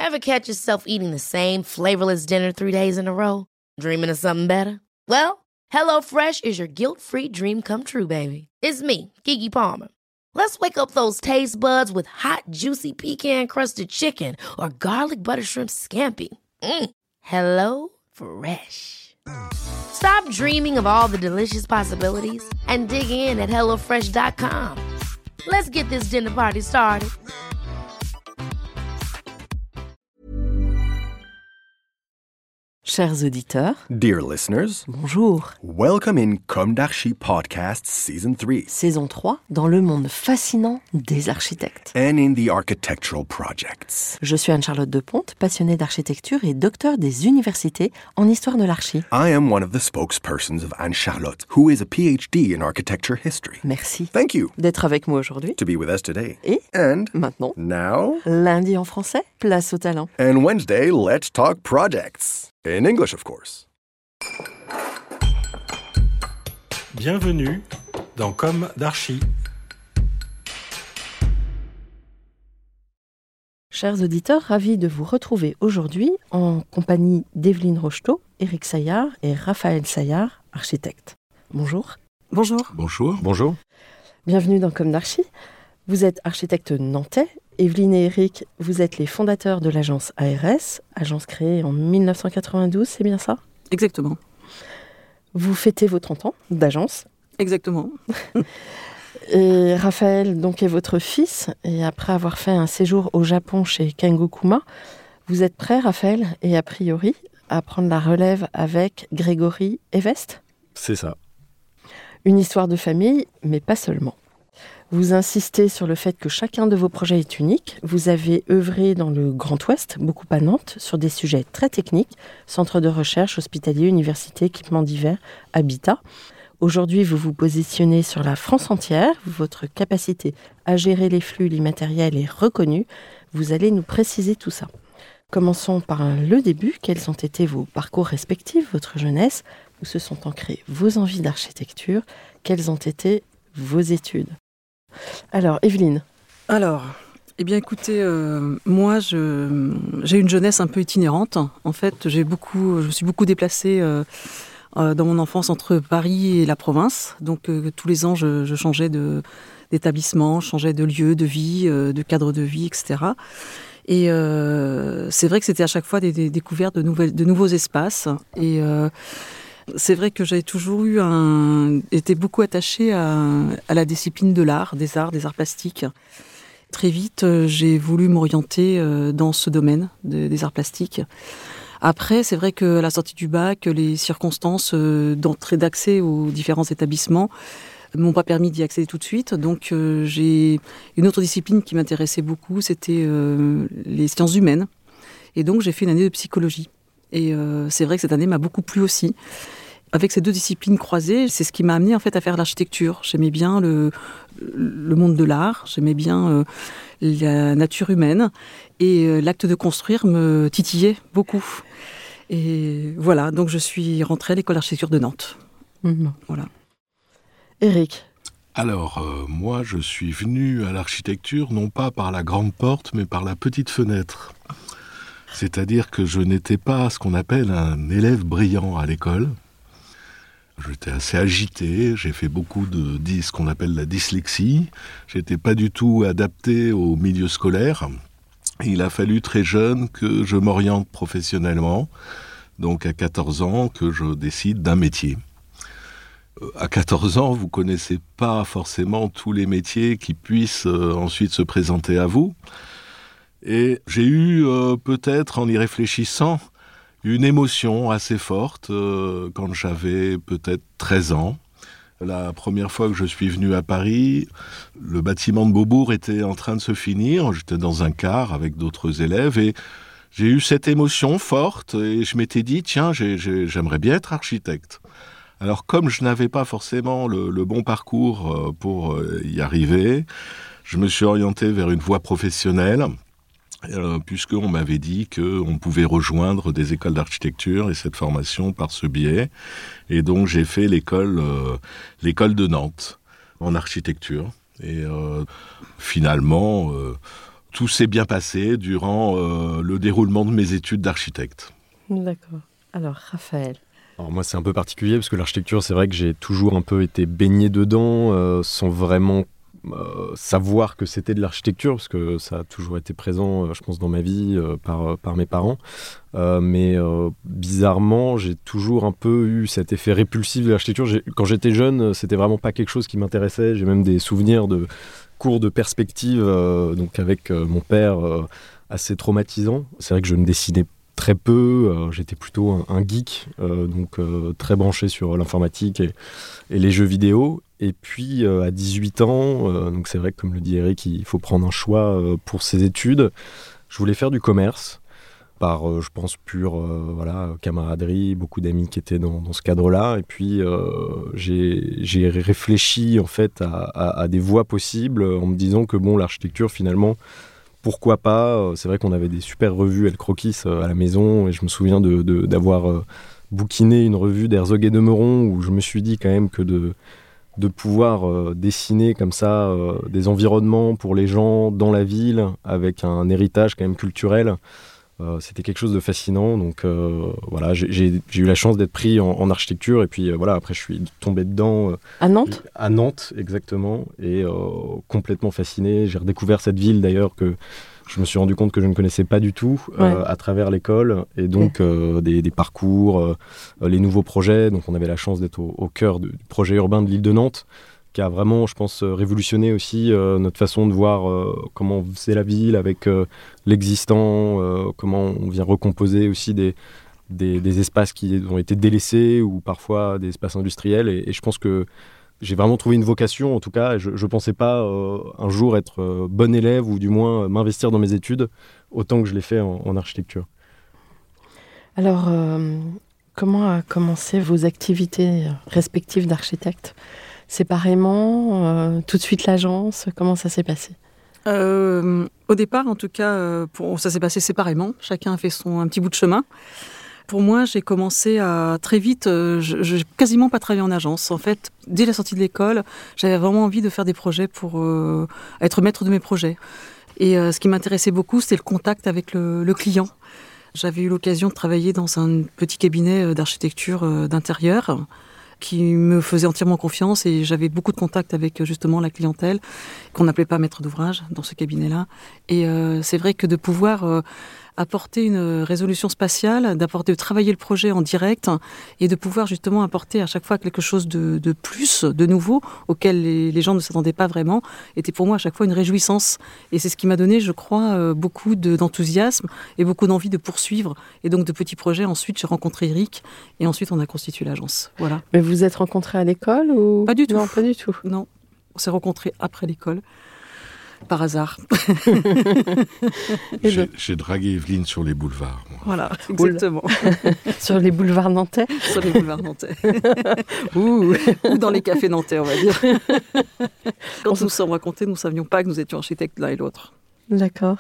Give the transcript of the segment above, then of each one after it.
Ever catch yourself eating the same flavorless dinner 3 days in a row? Dreaming of something better? Well, HelloFresh is your guilt-free dream come true, baby. It's me, Keke Palmer. Let's wake up those taste buds with hot, juicy pecan-crusted chicken or garlic butter shrimp scampi. Hello Fresh. Stop dreaming of all the delicious possibilities and dig in at HelloFresh.com. Let's get this dinner party started. Chers auditeurs, Dear listeners, bonjour. welcome in Comme d'Archi Podcast Season 3 Saison 3, dans le monde fascinant des architectes. and in the architectural projects. Je suis Anne-Charlotte Deponte, passionnée d'architecture et docteur des universités en histoire de l'archi. I am one of the spokespersons of Anne-Charlotte, who is a PhD in architecture history. Merci Thank you d'être avec moi aujourd'hui. to be with us today. Et And maintenant, now, lundi en français, place au talent. and Wednesday, let's talk projects. In English, of course. Bienvenue dans Comme d'Archi. Chers auditeurs, ravis de vous retrouver aujourd'hui en compagnie d'Evelyne Rocheteau, Éric Saillard et Raphaël Saillard, architectes. Bonjour. Bonjour. Bonjour. Bonjour. Bienvenue dans Comme d'Archi. Vous êtes architecte nantais. Evelyne et Éric, vous êtes les fondateurs de l'agence ARS, agence créée en 1992, c'est bien ça? Exactement. Vous fêtez vos 30 ans d'agence. Exactement. Et Raphaël, donc, est votre fils. Et après avoir fait un séjour au Japon chez Kengokuma, vous êtes prêt, Raphaël, et a priori, à prendre la relève avec Grégory Evest? C'est ça. Une histoire de famille, mais pas seulement. Vous insistez sur le fait que chacun de vos projets est unique. Vous avez œuvré dans le Grand Ouest, beaucoup à Nantes, sur des sujets très techniques, centres de recherche, hospitaliers, universités, équipements divers, habitat. Aujourd'hui, vous vous positionnez sur la France entière. Votre capacité à gérer les flux, l'immatériel est reconnue. Vous allez nous préciser tout ça. Commençons par le début. Quels ont été vos parcours respectifs, votre jeunesse? Où se sont ancrées vos envies d'architecture? Quelles ont été vos études? Alors, Evelyne. Alors, eh bien écoutez, moi j'ai une jeunesse un peu itinérante. En fait, je me suis beaucoup déplacée dans mon enfance entre Paris et la province. Donc tous les ans, je changeais d'établissement, je changeais de lieu, de vie, de cadre de vie, etc. Et c'est vrai que c'était à chaque fois des découvertes de nouveaux espaces. Et c'est vrai que j'avais toujours été beaucoup attachée à la discipline de l'art, des arts plastiques. Très vite, j'ai voulu m'orienter dans ce domaine des arts plastiques. Après, c'est vrai qu'à la sortie du bac, les circonstances d'entrée d'accès aux différents établissements m'ont pas permis d'y accéder tout de suite. Donc, j'ai une autre discipline qui m'intéressait beaucoup, c'était les sciences humaines. Et donc, j'ai fait une année de psychologie. Et c'est vrai que cette année m'a beaucoup plu aussi. Avec ces deux disciplines croisées, c'est ce qui m'a amené en fait à faire l'architecture. J'aimais bien le monde de l'art, j'aimais bien la nature humaine et l'acte de construire me titillait beaucoup. Et voilà, donc je suis rentrée à l'école d'architecture de Nantes. Voilà. Éric. Alors, moi, je suis venu à l'architecture non pas par la grande porte, mais par la petite fenêtre. C'est-à-dire que je n'étais pas ce qu'on appelle un élève brillant à l'école. J'étais assez agité, j'ai fait beaucoup de ce qu'on appelle la dyslexie. J'étais pas du tout adapté au milieu scolaire. Il a fallu très jeune que je m'oriente professionnellement. Donc à 14 ans, que je décide d'un métier. À 14 ans, vous connaissez pas forcément tous les métiers qui puissent ensuite se présenter à vous. Et j'ai eu peut-être, en y réfléchissant, une émotion assez forte quand j'avais peut-être 13 ans. La première fois que je suis venu à Paris, le bâtiment de Beaubourg était en train de se finir. J'étais dans un car avec d'autres élèves et j'ai eu cette émotion forte et je m'étais dit, tiens, j'aimerais bien être architecte. Alors comme je n'avais pas forcément le bon parcours pour y arriver, je me suis orienté vers une voie professionnelle. Puisqu'on m'avait dit qu'on pouvait rejoindre des écoles d'architecture et cette formation par ce biais. Et donc j'ai fait l'école de Nantes en architecture. Et finalement, tout s'est bien passé durant le déroulement de mes études d'architecte. D'accord. Alors, Raphaël. Alors moi, c'est un peu particulier parce que l'architecture, c'est vrai que j'ai toujours un peu été baigné dedans sans vraiment savoir que c'était de l'architecture, parce que ça a toujours été présent, je pense, dans ma vie par mes parents. Mais bizarrement, j'ai toujours un peu eu cet effet répulsif de l'architecture. Quand j'étais jeune, c'était vraiment pas quelque chose qui m'intéressait. J'ai même des souvenirs de cours de perspective donc avec mon père assez traumatisants. C'est vrai que je ne dessinais très peu, j'étais plutôt un geek, donc très branché sur l'informatique et les jeux vidéo. Et puis à 18 ans, donc c'est vrai que comme le dit Eric, il faut prendre un choix pour ses études. Je voulais faire du commerce, par je pense pure camaraderie, beaucoup d'amis qui étaient dans ce cadre-là. Et puis j'ai réfléchi en fait à des voies possibles en me disant que bon, l'architecture finalement, pourquoi pas. C'est vrai qu'on avait des super revues El Croquis à la maison, et je me souviens d'avoir bouquiné une revue d'Herzog et de Meuron, où je me suis dit quand même que de pouvoir dessiner comme ça des environnements pour les gens dans la ville, avec un héritage quand même culturel, c'était quelque chose de fascinant. Donc voilà, j'ai eu la chance d'être pris en architecture, et puis voilà, après je suis tombé dedans. À Nantes ? À Nantes, exactement, et complètement fasciné. J'ai redécouvert cette ville d'ailleurs que je me suis rendu compte que je ne connaissais pas du tout à travers l'école, et donc des parcours, les nouveaux projets. Donc on avait la chance d'être au cœur du projet urbain de l'île de Nantes, qui a vraiment, je pense, révolutionné aussi notre façon de voir comment c'est la ville avec l'existant, comment on vient recomposer aussi des espaces qui ont été délaissés, ou parfois des espaces industriels. Et je pense que j'ai vraiment trouvé une vocation, en tout cas. Je ne pensais pas un jour être bon élève, ou du moins m'investir dans mes études autant que je l'ai fait en architecture. Alors, comment a commencé vos activités respectives d'architecte ? Séparément, tout de suite l'agence, comment ça s'est passé ? Au départ, en tout cas, ça s'est passé séparément. Chacun a fait un petit bout de chemin. Pour moi, j'ai commencé très vite, je n'ai quasiment pas travaillé en agence. En fait, dès la sortie de l'école, j'avais vraiment envie de faire des projets pour être maître de mes projets. Et ce qui m'intéressait beaucoup, c'était le contact avec le client. J'avais eu l'occasion de travailler dans un petit cabinet d'architecture d'intérieur qui me faisait entièrement confiance, et j'avais beaucoup de contacts avec justement la clientèle, qu'on n'appelait pas maître d'ouvrage dans ce cabinet-là. Et c'est vrai que de pouvoir apporter une résolution spatiale, de travailler le projet en direct, et de pouvoir justement apporter à chaque fois quelque chose de plus, de nouveau, auquel les gens ne s'attendaient pas vraiment, était pour moi à chaque fois une réjouissance. Et c'est ce qui m'a donné, je crois, beaucoup d'enthousiasme et beaucoup d'envie de poursuivre. Et donc de petits projets. Ensuite, j'ai rencontré Eric, et ensuite on a constitué l'agence. Voilà. Mais vous êtes rencontrés à l'école ou... Pas du tout. Non, pas du tout. Non, on s'est rencontrés après l'école. Par hasard. J'ai dragué Evelyne sur les boulevards. Moi. Voilà, exactement. Sur les boulevards nantais. Sur les boulevards nantais. Ou dans les cafés nantais, on va dire. Quand nous nous sommes racontés, nous ne savions pas que nous étions architectes l'un et l'autre. D'accord.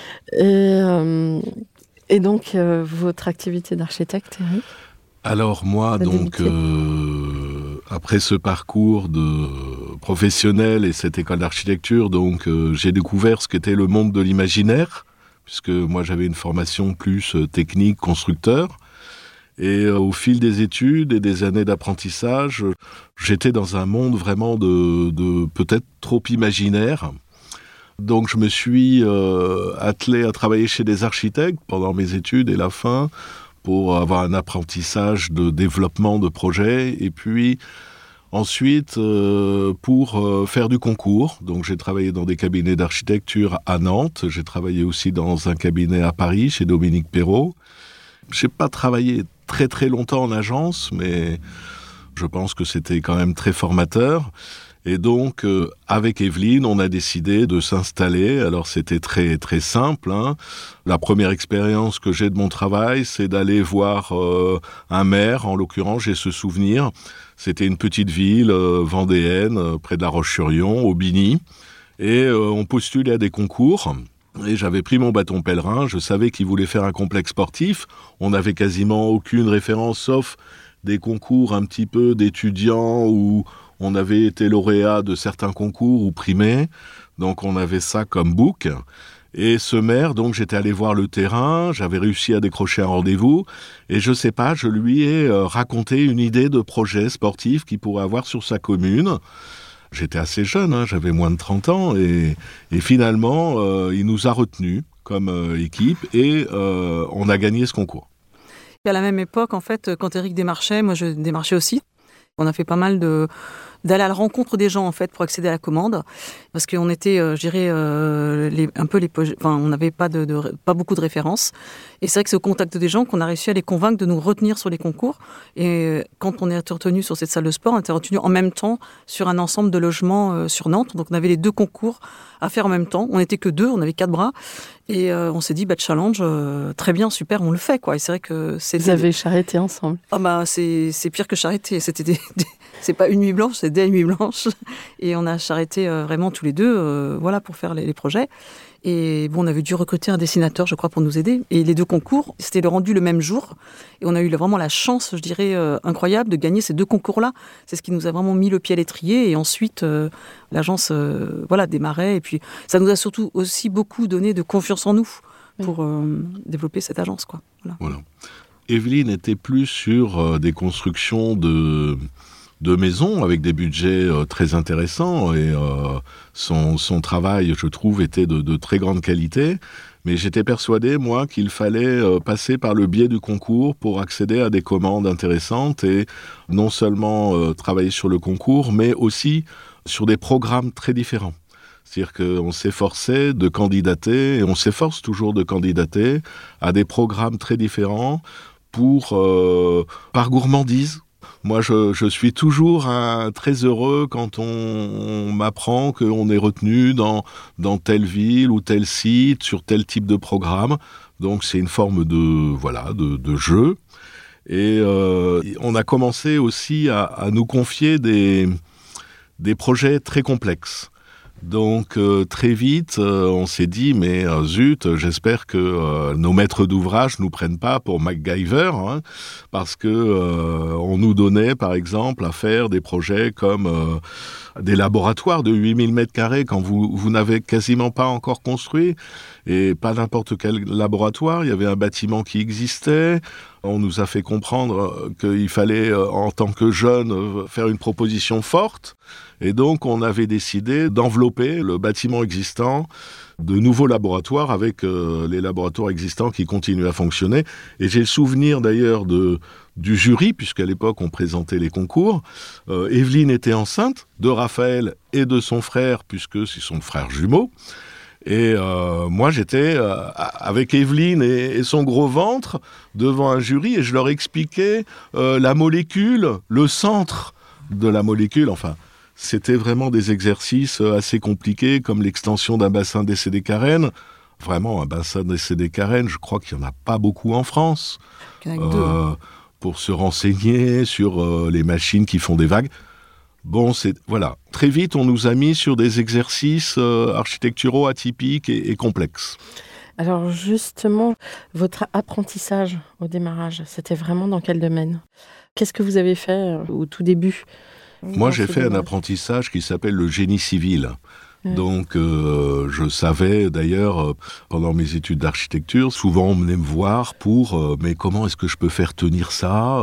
Et donc, votre activité d'architecte, Eric ? Alors moi, donc, après ce parcours de professionnel et cette école d'architecture, donc j'ai découvert ce qu'était le monde de l'imaginaire, puisque moi j'avais une formation plus technique, constructeur. Et au fil des études et des années d'apprentissage, j'étais dans un monde vraiment de peut-être trop imaginaire. Donc je me suis attelé à travailler chez des architectes pendant mes études et la fin, pour avoir un apprentissage de développement de projets, et puis ensuite pour faire du concours. Donc j'ai travaillé dans des cabinets d'architecture à Nantes, j'ai travaillé aussi dans un cabinet à Paris, chez Dominique Perrault. Je n'ai pas travaillé très très longtemps en agence, mais je pense que c'était quand même très formateur. Et donc, avec Evelyne, on a décidé de s'installer. Alors, c'était très, très simple. La première expérience que j'ai de mon travail, c'est d'aller voir un maire. En l'occurrence, j'ai ce souvenir. C'était une petite ville vendéenne, près de La Roche-sur-Yon, au Bigny. Et on postulait à des concours. Et j'avais pris mon bâton pèlerin. Je savais qu'il voulait faire un complexe sportif. On n'avait quasiment aucune référence, sauf des concours un petit peu d'étudiants où on avait été lauréat de certains concours ou primé, donc on avait ça comme book. Et ce maire, donc j'étais allé voir le terrain, j'avais réussi à décrocher un rendez-vous, et je sais pas, je lui ai raconté une idée de projet sportif qu'il pourrait avoir sur sa commune. J'étais assez jeune, j'avais moins de 30 ans, et finalement, il nous a retenus comme équipe, et on a gagné ce concours. Et à la même époque, en fait, quand Eric démarchait, moi je démarchais aussi. On a fait pas mal d'aller à la rencontre des gens en fait pour accéder à la commande, parce qu'on était, on n'avait pas beaucoup de références. Et c'est vrai que c'est au contact des gens qu'on a réussi à les convaincre de nous retenir sur les concours. Et quand on est retenu sur cette salle de sport, on était retenu en même temps sur un ensemble de logements sur Nantes. Donc on avait les 2 concours à faire en même temps. On n'était que 2, on avait 4 bras. Et on s'est dit, challenge, très bien, super, on le fait, quoi. Et c'est vrai que vous avez charretté ensemble. C'est pire que charretté. C'est pas une nuit blanche, c'est des nuits blanches. Et on a charretté vraiment tous les 2, pour faire les projets. Et on avait dû recruter un dessinateur, je crois, pour nous aider. Et les 2 concours, c'était le rendu le même jour. Et on a eu vraiment la chance, je dirais, incroyable de gagner ces 2 concours-là. C'est ce qui nous a vraiment mis le pied à l'étrier. Et ensuite, l'agence démarrait. Et puis, ça nous a surtout aussi beaucoup donné de confiance en nous pour développer cette agence, quoi. Voilà. Evelyne était plus sur des constructions de maisons avec des budgets très intéressants, et son travail, je trouve, était de très grande qualité. Mais j'étais persuadé, moi, qu'il fallait passer par le biais du concours pour accéder à des commandes intéressantes, et non seulement travailler sur le concours, mais aussi sur des programmes très différents. C'est-à-dire qu'on s'efforçait de candidater, et on s'efforce toujours de candidater à des programmes très différents par gourmandise. Moi, je suis toujours très heureux quand on m'apprend qu'on est retenu dans telle ville ou tel site, sur tel type de programme. Donc, c'est une forme de jeu. Et on a commencé aussi à nous confier des projets très complexes. Donc très vite, on s'est dit, mais zut, j'espère que nos maîtres d'ouvrage nous prennent pas pour MacGyver, parce que on nous donnait, par exemple, à faire des projets comme des laboratoires de 8000 m² quand vous n'avez quasiment pas encore construit, et pas n'importe quel laboratoire. Il y avait un bâtiment qui existait. On nous a fait comprendre qu'il fallait, en tant que jeune, faire une proposition forte. Et donc, on avait décidé d'envelopper le bâtiment existant de nouveaux laboratoires avec les laboratoires existants qui continuent à fonctionner. Et j'ai le souvenir d'ailleurs du jury, puisqu'à l'époque, on présentait les concours. Evelyne était enceinte de Raphaël et de son frère, puisque c'est son frère jumeau. Et moi, j'étais avec Evelyne et son gros ventre devant un jury, et je leur expliquais la molécule, le centre de la molécule. Enfin, c'était vraiment des exercices assez compliqués, comme l'extension d'un bassin d'essai des carènes. Vraiment, un bassin d'essai des carènes, je crois qu'il n'y en a pas beaucoup en France. Pour se renseigner sur les machines qui font des vagues. Bon, voilà. Très vite, on nous a mis sur des exercices architecturaux atypiques et complexes. Alors justement, votre apprentissage au démarrage, c'était vraiment dans quel domaine ? Qu'est-ce que vous avez fait au tout début ? Moi, j'ai fait un apprentissage qui s'appelle le génie civil. Donc, je savais d'ailleurs, pendant mes études d'architecture, souvent on venait me voir pour mais comment est-ce que je peux faire tenir ça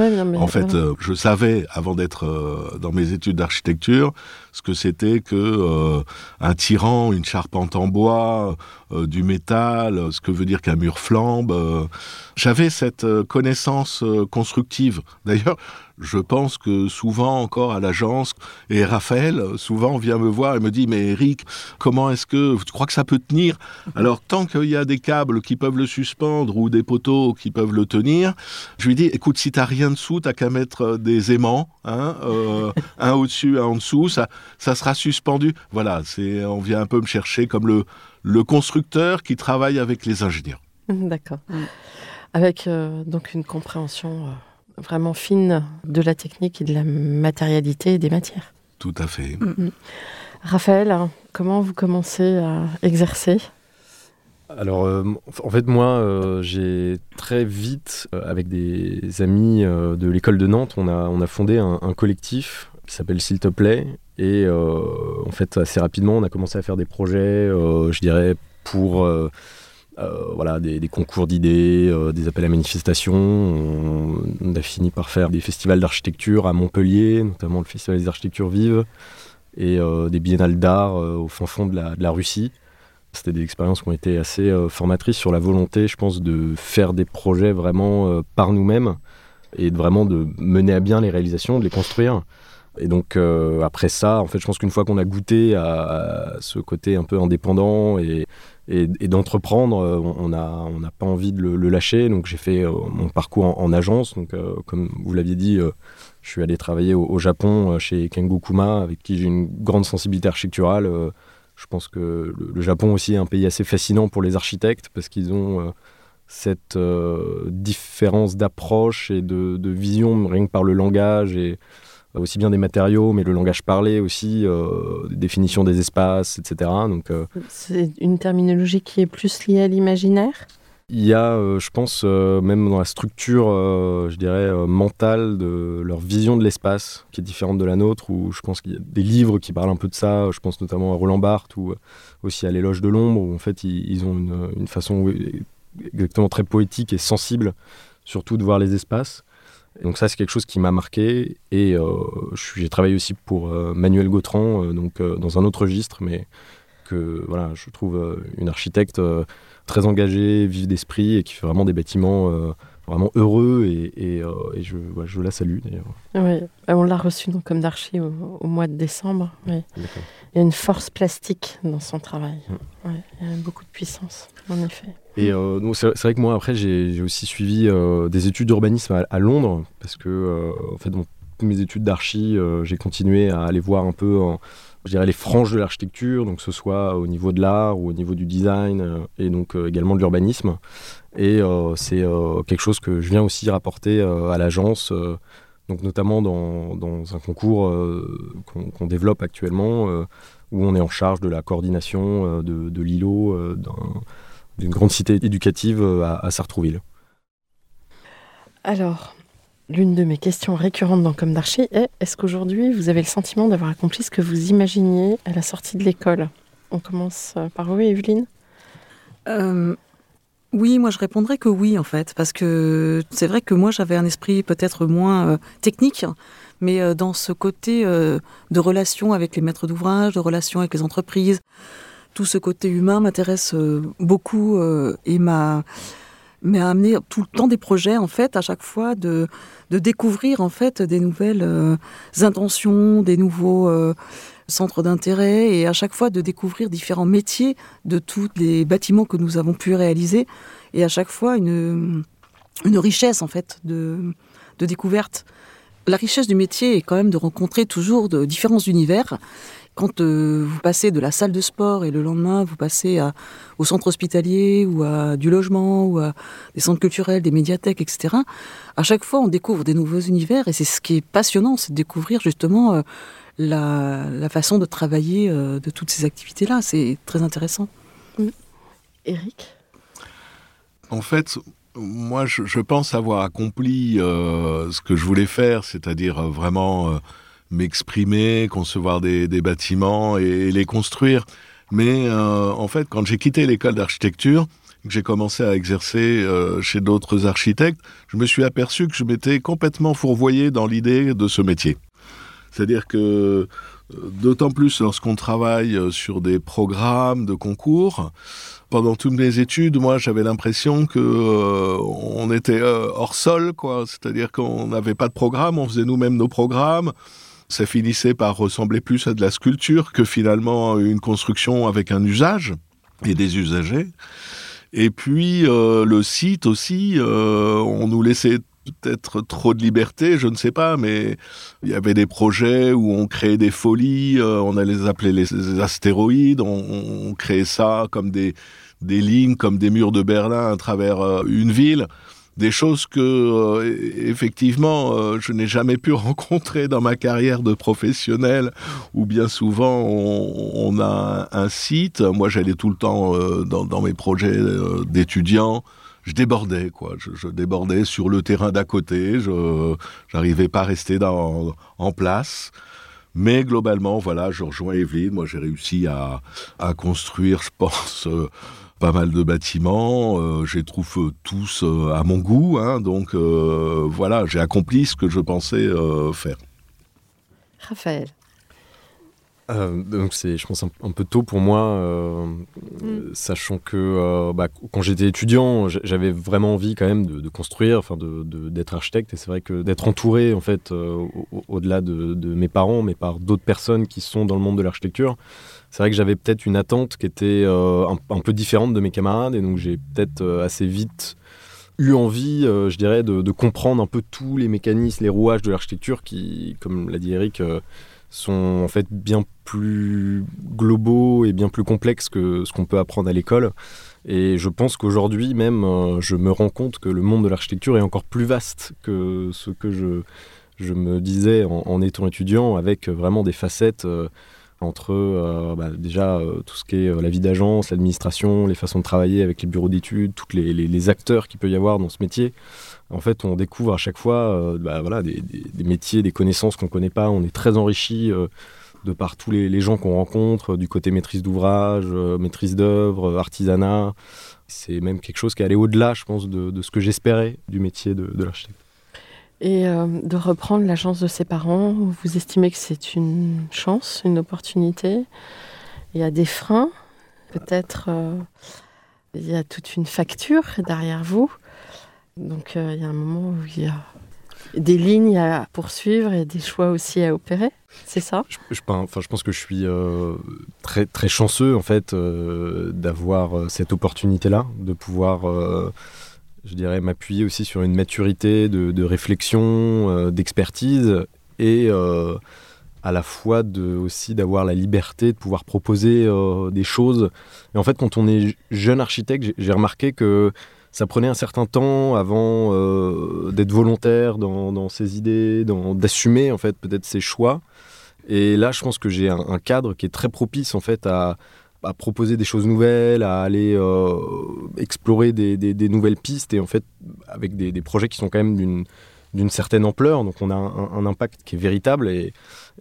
je savais, avant d'être dans mes études d'architecture, ce que c'était que un tirant, une charpente en bois, du métal, ce que veut dire qu'un mur flambe. J'avais cette connaissance constructive. D'ailleurs, je pense que souvent encore à l'agence, et Raphaël souvent vient me voir et me dit « Mais Eric, comment est-ce que tu crois que ça peut tenir ?» Alors, tant qu'il y a des câbles qui peuvent le suspendre ou des poteaux qui peuvent le tenir, je lui dis « Écoute, si tu n'as rien dessous, tu n'as qu'à mettre des aimants, un au-dessus, un en dessous, ça sera suspendu. » Voilà, on vient un peu me chercher comme le constructeur qui travaille avec les ingénieurs. D'accord. Avec donc une compréhension vraiment fine de la technique et de la matérialité et des matières. Tout à fait. Raphaël, comment vous commencez à exercer ? Alors, en fait, moi, j'ai très vite, avec des amis de l'école de Nantes, on a fondé un collectif qui s'appelle S'il te plaît. Et en fait, assez rapidement, on a commencé à faire des projets, je dirais, pour des concours d'idées, des appels à manifestation. On a fini par faire des festivals d'architecture à Montpellier, notamment le Festival des architectures vives, et des biennales d'art au fin fond de la Russie. C'était des expériences qui ont été assez formatrices sur la volonté, je pense, de faire des projets vraiment par nous-mêmes et vraiment de mener à bien les réalisations, de les construire. Et donc après ça, en fait, je pense qu'une fois qu'on a goûté à ce côté un peu indépendant et d'entreprendre, on n'a pas envie de le lâcher. Donc j'ai fait mon parcours en agence. Donc comme vous l'aviez dit, je suis allé travailler au Japon chez Kengo Kuma, avec qui j'ai une grande sensibilité architecturale. Je pense que le Japon aussi est un pays assez fascinant pour les architectes parce qu'ils ont cette différence d'approche et de vision, rien que par le langage et aussi bien des matériaux, mais le langage parlé aussi, des définitions des espaces, etc. Donc, c'est une terminologie qui est plus liée à l'imaginaire ? Il y a, je pense, même dans la structure, je dirais, mentale de leur vision de l'espace, qui est différente de la nôtre, où je pense qu'il y a des livres qui parlent un peu de ça. Je pense notamment à Roland Barthes ou aussi à L'éloge de l'ombre, où en fait, ils ont une façon exactement très poétique et sensible, surtout de voir les espaces. Et donc ça, c'est quelque chose qui m'a marqué. Et j'ai travaillé aussi pour Manuel Gautran, dans un autre registre, mais que voilà, je trouve une architecte très engagée, vive d'esprit, et qui fait vraiment des bâtiments vraiment heureux. Et je la salue d'ailleurs. Oui, on l'a reçue dans Comme d'Archi au mois de décembre. Oui. D'accord. Il y a une force plastique dans son travail. Oui, il y a beaucoup de puissance, en effet. Et donc c'est vrai que moi, après, j'ai aussi suivi des études d'urbanisme à Londres, parce que, en fait, dans toutes mes études d'archi, j'ai continué à aller voir un peu, je dirais, les franges de l'architecture, donc que ce soit au niveau de l'art ou au niveau du design, et donc également de l'urbanisme. Et c'est quelque chose que je viens aussi rapporter à l'agence, donc notamment dans un concours qu'on développe actuellement, où on est en charge de la coordination de l'îlot d'une grande cité éducative à Sartrouville. Alors, l'une de mes questions récurrentes dans Comme d'Archi est: est-ce qu'aujourd'hui vous avez le sentiment d'avoir accompli ce que vous imaginiez à la sortie de l'école ? On commence par vous, Evelyne. Oui, moi je répondrais que oui en fait, parce que c'est vrai que moi j'avais un esprit peut-être moins technique, mais dans ce côté de relation avec les maîtres d'ouvrage, de relation avec les entreprises, tout ce côté humain m'intéresse beaucoup et m'a amené tout le temps des projets en fait, à chaque fois de découvrir en fait des nouvelles intentions, des nouveaux centres d'intérêt, et à chaque fois de découvrir différents métiers de tous les bâtiments que nous avons pu réaliser, et à chaque fois une richesse en fait de découverte. La richesse du métier est quand même de rencontrer toujours de différents univers. Quand vous passez de la salle de sport et le lendemain vous passez au centre hospitalier ou à du logement ou à des centres culturels, des médiathèques, etc., à chaque fois on découvre des nouveaux univers, et c'est ce qui est passionnant, c'est de découvrir justement la façon de travailler de toutes ces activités-là. C'est très intéressant. Éric ? En fait, moi, je pense avoir accompli ce que je voulais faire, c'est-à-dire vraiment m'exprimer, concevoir des bâtiments et les construire. Mais en fait, quand j'ai quitté l'école d'architecture, que j'ai commencé à exercer chez d'autres architectes, je me suis aperçu que je m'étais complètement fourvoyé dans l'idée de ce métier. C'est-à-dire que, d'autant plus lorsqu'on travaille sur des programmes de concours, pendant toutes mes études, moi, j'avais l'impression qu'on était hors sol, quoi. C'est-à-dire qu'on n'avait pas de programme, on faisait nous-mêmes nos programmes. Ça finissait par ressembler plus à de la sculpture que finalement une construction avec un usage et des usagers. Et puis, le site aussi, on nous laissait peut-être trop de liberté, je ne sais pas, mais il y avait des projets où on créait des folies, on allait les appeler les astéroïdes, on créait ça comme des lignes, comme des murs de Berlin à travers une ville, des choses que, effectivement, je n'ai jamais pu rencontrer dans ma carrière de professionnel, où bien souvent on a un site. Moi, j'allais tout le temps dans mes projets d'étudiants. Je débordais, quoi. Je débordais sur le terrain d'à côté. J'arrivais pas à rester en place. Mais globalement, voilà, je rejoins Evelyne. Moi, j'ai réussi à construire, je pense, pas mal de bâtiments. Je les trouve tous à mon goût. Donc, voilà, j'ai accompli ce que je pensais faire. Raphaël. Donc c'est, je pense, un peu tôt pour moi, sachant que quand j'étais étudiant, j'avais vraiment envie quand même de construire, d'être architecte. Et c'est vrai que d'être entouré, en fait, au-delà de mes parents, mais par d'autres personnes qui sont dans le monde de l'architecture, c'est vrai que j'avais peut-être une attente qui était un peu différente de mes camarades. Et donc j'ai peut-être assez vite eu envie, je dirais, de comprendre un peu tous les mécanismes, les rouages de l'architecture qui, comme l'a dit Eric, sont en fait bien plus globaux et bien plus complexes que ce qu'on peut apprendre à l'école. Et je pense qu'aujourd'hui même, je me rends compte que le monde de l'architecture est encore plus vaste que ce que je me disais en étant étudiant, avec vraiment des facettes entre déjà tout ce qui est la vie d'agence, l'administration, les façons de travailler avec les bureaux d'études, tous les acteurs qu'il peut y avoir dans ce métier. En fait, on découvre à chaque fois des métiers, des connaissances qu'on ne connaît pas. On est très enrichi de par tous les gens qu'on rencontre, du côté maîtrise d'ouvrage, maîtrise d'œuvre, artisanat. C'est même quelque chose qui est allé au-delà, je pense, de ce que j'espérais du métier de l'architecte. Et de reprendre l'agence de ses parents, vous estimez que c'est une chance, une opportunité? Il y a des freins, peut-être il y a toute une facture derrière vous. Donc il y a un moment où il y a des lignes à poursuivre et des choix aussi à opérer, c'est ça? Je pense que je suis très, très chanceux, en fait, d'avoir cette opportunité-là, de pouvoir, je dirais, m'appuyer aussi sur une maturité de réflexion, d'expertise, et à la fois aussi d'avoir la liberté de pouvoir proposer des choses. Et en fait, quand on est jeune architecte, j'ai remarqué que ça prenait un certain temps avant d'être volontaire dans ses idées, d'assumer en fait peut-être ses choix. Et là, je pense que j'ai un cadre qui est très propice en fait à proposer des choses nouvelles, à aller explorer des nouvelles pistes, et en fait avec des projets qui sont quand même d'une certaine ampleur. Donc on a un impact qui est véritable, et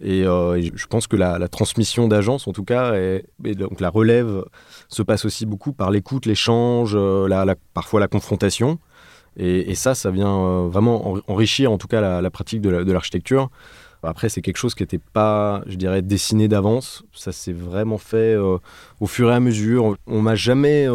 je pense que la transmission d'agence, en tout cas, et donc la relève se passe aussi beaucoup par l'écoute, l'échange, parfois la confrontation, et ça vient vraiment enrichir en tout cas la pratique de l'architecture. Après, c'est quelque chose qui n'était pas, je dirais, dessiné d'avance. Ça s'est vraiment fait au fur et à mesure. On m'a jamais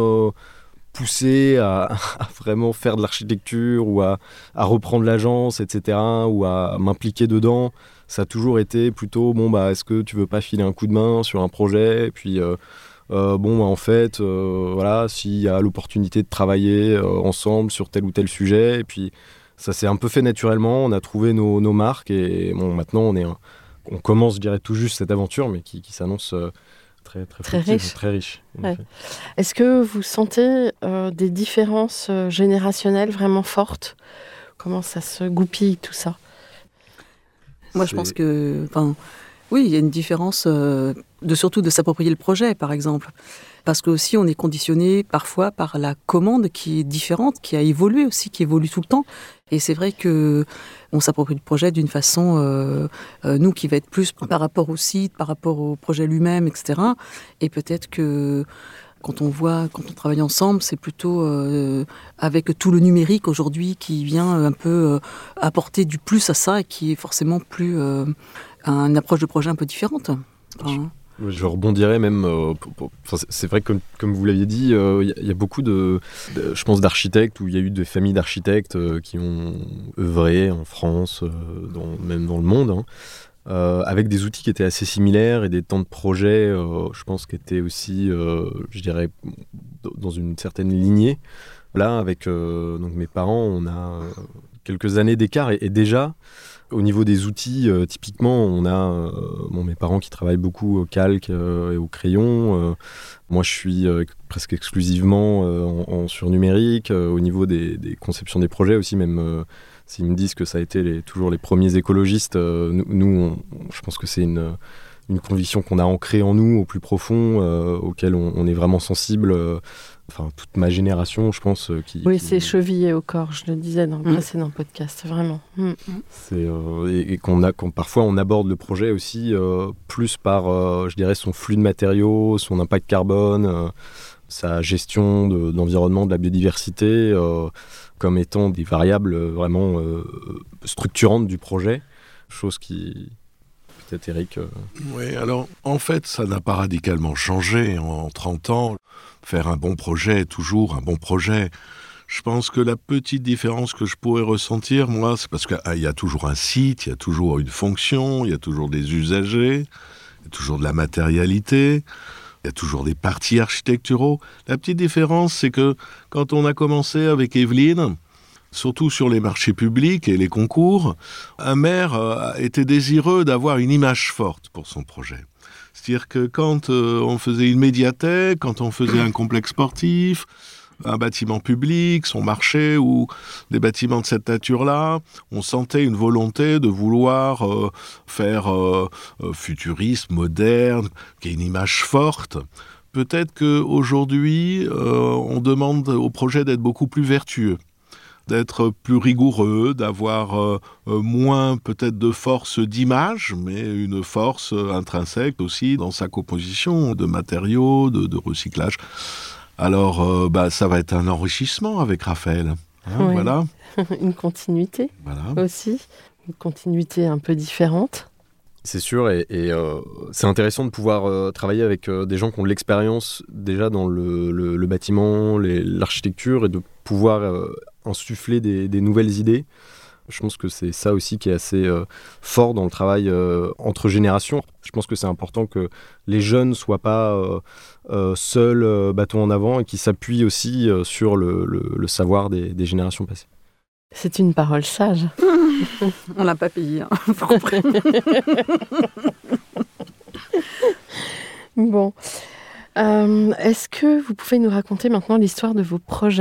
poussé à vraiment faire de l'architecture, ou à reprendre l'agence, etc., ou à m'impliquer dedans. Ça a toujours été plutôt, est-ce que tu veux pas filer un coup de main sur un projet? Et puis, en fait, voilà, s'il y a l'opportunité de travailler ensemble sur tel ou tel sujet. Et puis, ça s'est un peu fait naturellement. On a trouvé nos marques, et maintenant, on commence, je dirais, tout juste cette aventure, mais qui s'annonce très riche. Très riche. Ouais. Est-ce que vous sentez des différences générationnelles vraiment fortes? Comment ça se goupille tout ça? Moi, je pense que, oui, il y a une différence surtout de s'approprier le projet, par exemple. Parce que aussi, on est conditionné parfois par la commande qui est différente, qui a évolué aussi, qui évolue tout le temps. Et c'est vrai que on s'approprie le projet d'une façon, nous, qui va être plus par rapport au site, par rapport au projet lui-même, etc. Et peut-être que quand on travaille ensemble, c'est plutôt avec tout le numérique aujourd'hui qui vient un peu apporter du plus à ça, et qui est forcément plus une approche de projet un peu différente. Je rebondirais même, c'est vrai que comme vous l'aviez dit, il y a beaucoup je pense, d'architectes, où il y a eu des familles d'architectes qui ont œuvré en France, même dans le monde, avec des outils qui étaient assez similaires, et des temps de projet, je pense, qui étaient aussi, je dirais, dans une certaine lignée. Là, avec donc mes parents, on a quelques années d'écart, et déjà, au niveau des outils, typiquement, on a mes parents qui travaillent beaucoup au calque et au crayon. Moi, je suis presque exclusivement sur numérique. Au niveau des conceptions des projets aussi, même s'ils me disent que ça a été toujours les premiers écologistes, nous, je pense que c'est une conviction qu'on a ancrée en nous au plus profond, auquel on est vraiment sensible. Enfin, toute ma génération, je pense. C'est chevillé au corps, je le disais dans le précédent podcast, vraiment. Et parfois on aborde le projet aussi plus par, je dirais, son flux de matériaux, son impact carbone, sa gestion de l'environnement, de la biodiversité, comme étant des variables vraiment structurantes du projet, chose qui... Peut-être Eric. Oui, alors en fait, ça n'a pas radicalement changé en 30 ans. Faire un bon projet est toujours un bon projet. Je pense que la petite différence que je pourrais ressentir, moi, c'est parce qu'il y a toujours un site, il y a toujours une fonction, il y a toujours des usagers, il y a toujours de la matérialité, il y a toujours des partis architecturaux. La petite différence, c'est que quand on a commencé avec Evelyne, surtout sur les marchés publics et les concours, un maire était désireux d'avoir une image forte pour son projet. C'est-à-dire que quand on faisait une médiathèque, quand on faisait un complexe sportif, un bâtiment public, son marché ou des bâtiments de cette nature-là, on sentait une volonté de vouloir faire futuriste, moderne, qu'il y ait une image forte. Peut-être qu'aujourd'hui, on demande au projet d'être beaucoup plus vertueux, d'être plus rigoureux, d'avoir moins peut-être de force d'image, mais une force intrinsèque aussi dans sa composition de matériaux, de recyclage. Alors, ça va être un enrichissement avec Raphaël. Oui. Voilà. Une continuité aussi, une continuité un peu différente. C'est sûr, et c'est intéressant de pouvoir travailler avec des gens qui ont de l'expérience déjà dans le bâtiment, l'architecture, et de pouvoir insuffler des nouvelles idées. Je pense que c'est ça aussi qui est assez fort dans le travail entre générations. Je pense que c'est important que les jeunes ne soient pas seuls bâton en avant et qu'ils s'appuient aussi sur le savoir des générations passées. C'est une parole sage. On l'a pas payé. Bon. Est-ce que vous pouvez nous raconter maintenant l'histoire de vos projets ?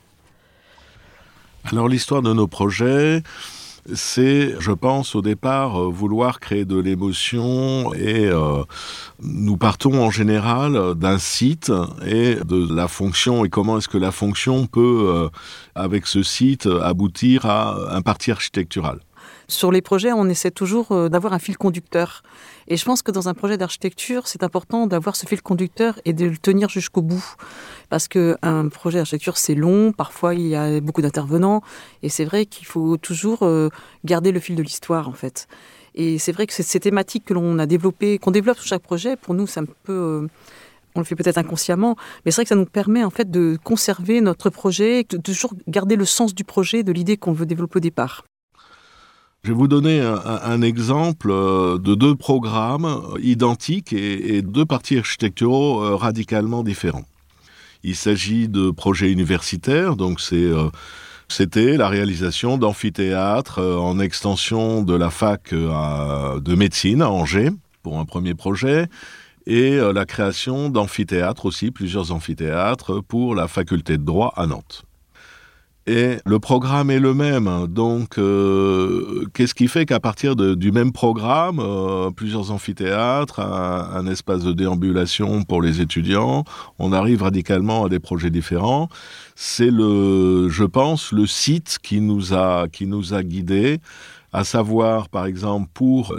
Alors l'histoire de nos projets, c'est, je pense, au départ, vouloir créer de l'émotion et nous partons en général d'un site et de la fonction et comment est-ce que la fonction peut, avec ce site, aboutir à un parti architectural. Sur les projets, on essaie toujours d'avoir un fil conducteur. Et je pense que dans un projet d'architecture, c'est important d'avoir ce fil conducteur et de le tenir jusqu'au bout. Parce qu'un projet d'architecture, c'est long, parfois il y a beaucoup d'intervenants. Et c'est vrai qu'il faut toujours garder le fil de l'histoire, en fait. Et c'est vrai que ces thématiques que l'on a développées, qu'on développe sur chaque projet, pour nous, c'est un peu... on le fait peut-être inconsciemment, mais c'est vrai que ça nous permet en fait de conserver notre projet, de toujours garder le sens du projet, de l'idée qu'on veut développer au départ. Je vais vous donner un exemple de 2 programmes identiques et 2 partis architecturaux radicalement différents. Il s'agit de projets universitaires, donc c'était la réalisation d'amphithéâtres en extension de la fac de médecine à Angers, pour un premier projet, et la création d'amphithéâtres aussi, plusieurs amphithéâtres, pour la faculté de droit à Nantes. Et le programme est le même, donc qu'est-ce qui fait qu'à partir du même programme, plusieurs amphithéâtres, un espace de déambulation pour les étudiants, on arrive radicalement à des projets différents. C'est je pense, le site qui nous a guidés, à savoir par exemple pour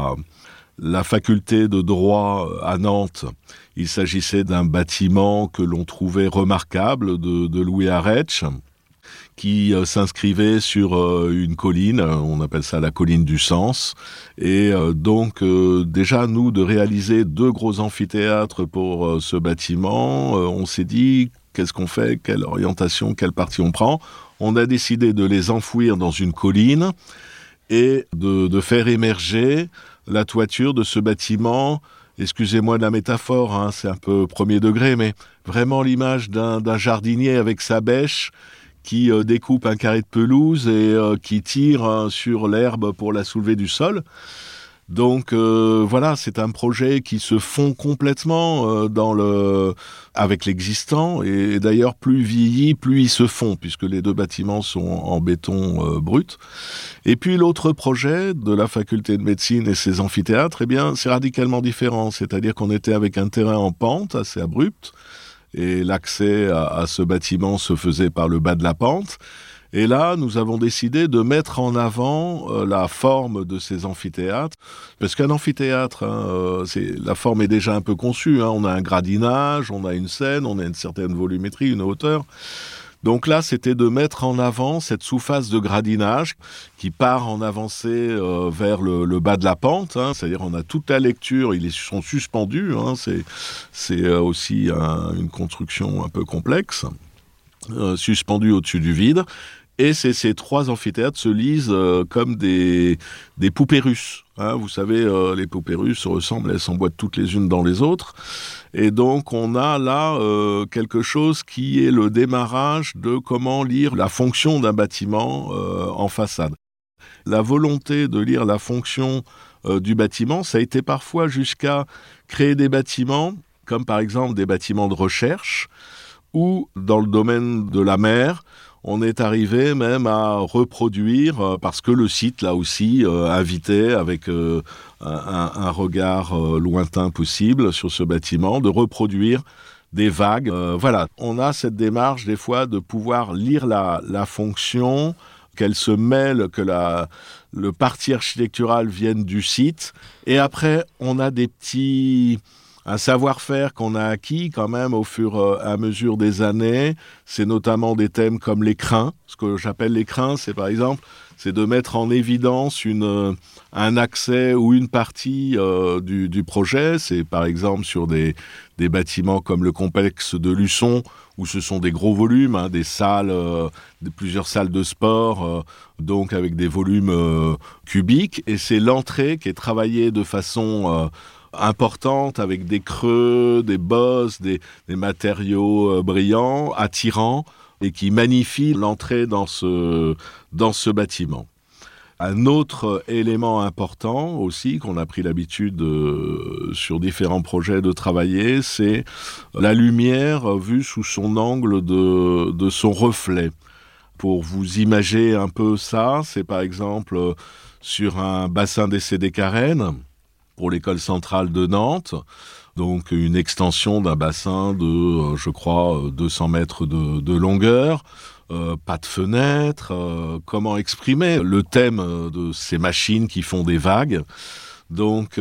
la faculté de droit à Nantes, il s'agissait d'un bâtiment que l'on trouvait remarquable de Louis Arech, qui s'inscrivait sur une colline, on appelle ça la colline du sens. Et donc, déjà, nous, de réaliser 2 gros amphithéâtres pour ce bâtiment, on s'est dit, qu'est-ce qu'on fait ? Quelle orientation, quelle partie on prend ? On a décidé de les enfouir dans une colline et de faire émerger la toiture de ce bâtiment. Excusez-moi de la métaphore, c'est un peu premier degré, mais vraiment l'image d'un jardinier avec sa bêche qui découpe un carré de pelouse et qui tire sur l'herbe pour la soulever du sol. Donc voilà, c'est un projet qui se fond complètement avec l'existant, et d'ailleurs plus vieillit, plus il se fond, puisque les 2 bâtiments sont en béton brut. Et puis l'autre projet de la faculté de médecine et ses amphithéâtres, eh bien c'est radicalement différent, c'est-à-dire qu'on était avec un terrain en pente assez abrupt, et l'accès à ce bâtiment se faisait par le bas de la pente. Et là, nous avons décidé de mettre en avant la forme de ces amphithéâtres, parce qu'un amphithéâtre, la forme est déjà un peu conçue. On a un gradinage, on a une scène, on a une certaine volumétrie, une hauteur. Donc là, c'était de mettre en avant cette sous-face de gradinage qui part en avancée vers le bas de la pente. C'est-à-dire, on a toute la lecture, ils sont suspendus. C'est aussi une construction un peu complexe, suspendue au-dessus du vide. Et ces 3 amphithéâtres se lisent comme des poupées russes. Vous savez, les poupées russes ressemblent, elles s'emboîtent toutes les unes dans les autres. Et donc, on a là quelque chose qui est le démarrage de comment lire la fonction d'un bâtiment en façade. La volonté de lire la fonction du bâtiment, ça a été parfois jusqu'à créer des bâtiments, comme par exemple des bâtiments de recherche, ou dans le domaine de la mer, on est arrivé même à reproduire, parce que le site, là aussi, invitait avec un regard lointain possible sur ce bâtiment, de reproduire des vagues. Voilà, on a cette démarche des fois de pouvoir lire la fonction, qu'elle se mêle, que le parti architectural vienne du site. Et après, on a un savoir-faire qu'on a acquis quand même au fur et à mesure des années. C'est notamment des thèmes comme les crins. Ce que j'appelle les crins, c'est par exemple, c'est de mettre en évidence un accès ou une partie du projet. C'est par exemple sur des bâtiments comme le complexe de Luçon, où ce sont des gros volumes, des salles, plusieurs salles de sport, donc avec des volumes cubiques. Et c'est l'entrée qui est travaillée de façon importante, avec des creux, des bosses, des matériaux brillants, attirants, et qui magnifient l'entrée dans ce bâtiment. Un autre élément important aussi, qu'on a pris l'habitude sur différents projets de travailler, c'est la lumière vue sous son angle de son reflet. Pour vous imager un peu ça, c'est par exemple sur un bassin d'essai des Carènes, pour l'école centrale de Nantes, donc une extension d'un bassin de, je crois, 200 mètres de longueur, pas de fenêtre, comment exprimer le thème de ces machines qui font des vagues. Donc,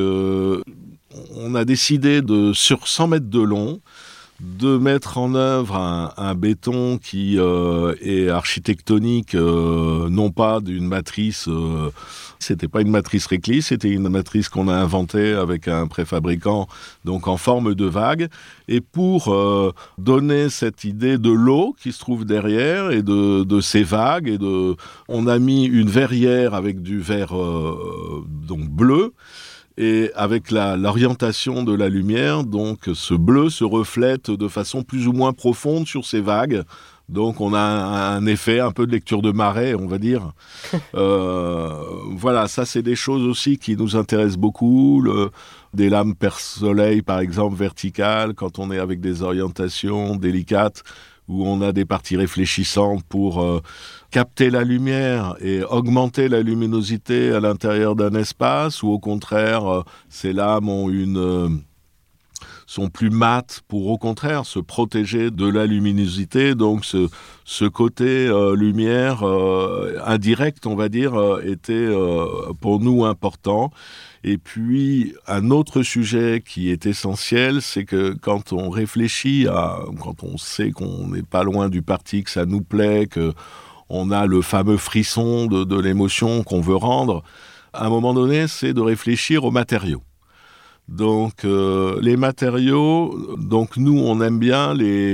on a décidé sur 100 mètres de long, de mettre en œuvre un béton qui est architectonique, non pas d'une matrice, c'était pas une matrice Réclis, c'était une matrice qu'on a inventée avec un préfabricant, donc en forme de vague, et pour donner cette idée de l'eau qui se trouve derrière et de ces vagues, on a mis une verrière avec du verre donc bleu. Et avec l'orientation de la lumière, donc ce bleu se reflète de façon plus ou moins profonde sur ces vagues. Donc on a un effet un peu de lecture de marée, on va dire. Voilà, ça c'est des choses aussi qui nous intéressent beaucoup. Des lames perce-soleil, par exemple, verticales, quand on est avec des orientations délicates, où on a des parties réfléchissantes pour capter la lumière et augmenter la luminosité à l'intérieur d'un espace, ou au contraire, ces lames sont plus mates pour, au contraire, se protéger de la luminosité. Donc ce côté lumière indirect, on va dire, était pour nous important. Et puis, un autre sujet qui est essentiel, c'est que quand on réfléchit quand on sait qu'on n'est pas loin du parti, que ça nous plaît, qu'on a le fameux frisson de l'émotion qu'on veut rendre, à un moment donné, c'est de réfléchir aux matériaux. Donc, les matériaux, donc nous, on aime bien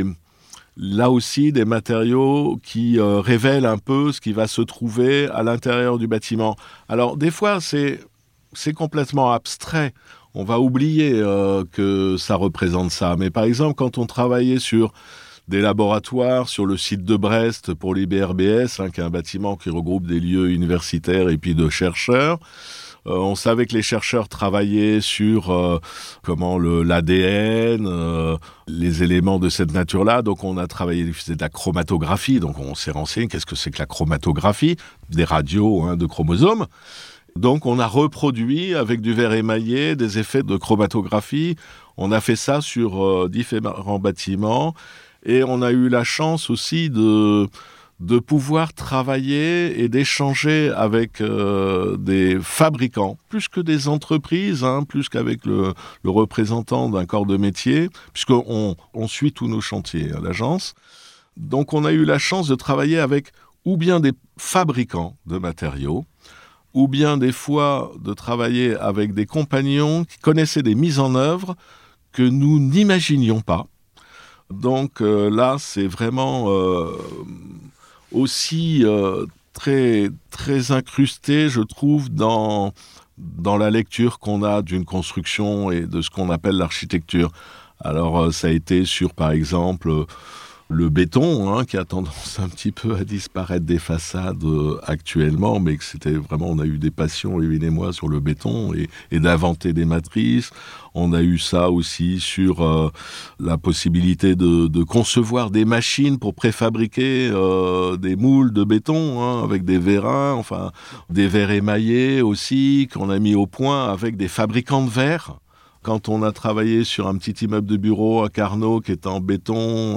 là aussi des matériaux qui révèlent un peu ce qui va se trouver à l'intérieur du bâtiment. Alors, des fois, c'est complètement abstrait. On va oublier que ça représente ça. Mais par exemple, quand on travaillait sur des laboratoires sur le site de Brest pour l'IBRBS, qui est un bâtiment qui regroupe des lieux universitaires et puis de chercheurs, on savait que les chercheurs travaillaient sur l'ADN, les éléments de cette nature-là. Donc on a travaillé, de la chromatographie. Donc on s'est renseigné, qu'est-ce que c'est que la chromatographie? Des radios de chromosomes. Donc on a reproduit avec du verre émaillé des effets de chromatographie. On a fait ça sur différents bâtiments et on a eu la chance aussi de pouvoir travailler et d'échanger avec des fabricants, plus que des entreprises, plus qu'avec le représentant d'un corps de métier, puisqu'on suit tous nos chantiers à l'agence. Donc on a eu la chance de travailler avec ou bien des fabricants de matériaux, ou bien des fois de travailler avec des compagnons qui connaissaient des mises en œuvre que nous n'imaginions pas. Donc là, c'est vraiment aussi très, très incrusté, je trouve, dans la lecture qu'on a d'une construction et de ce qu'on appelle l'architecture. Alors, ça a été sur, par exemple, le béton, qui a tendance un petit peu à disparaître des façades actuellement, mais que c'était vraiment, on a eu des passions, Evelyne et moi, sur le béton et d'inventer des matrices. On a eu ça aussi sur la possibilité de concevoir des machines pour préfabriquer des moules de béton avec des vérins, enfin des verres émaillés aussi, qu'on a mis au point avec des fabricants de verre. Quand on a travaillé sur un petit immeuble de bureau à Carnot qui est en béton,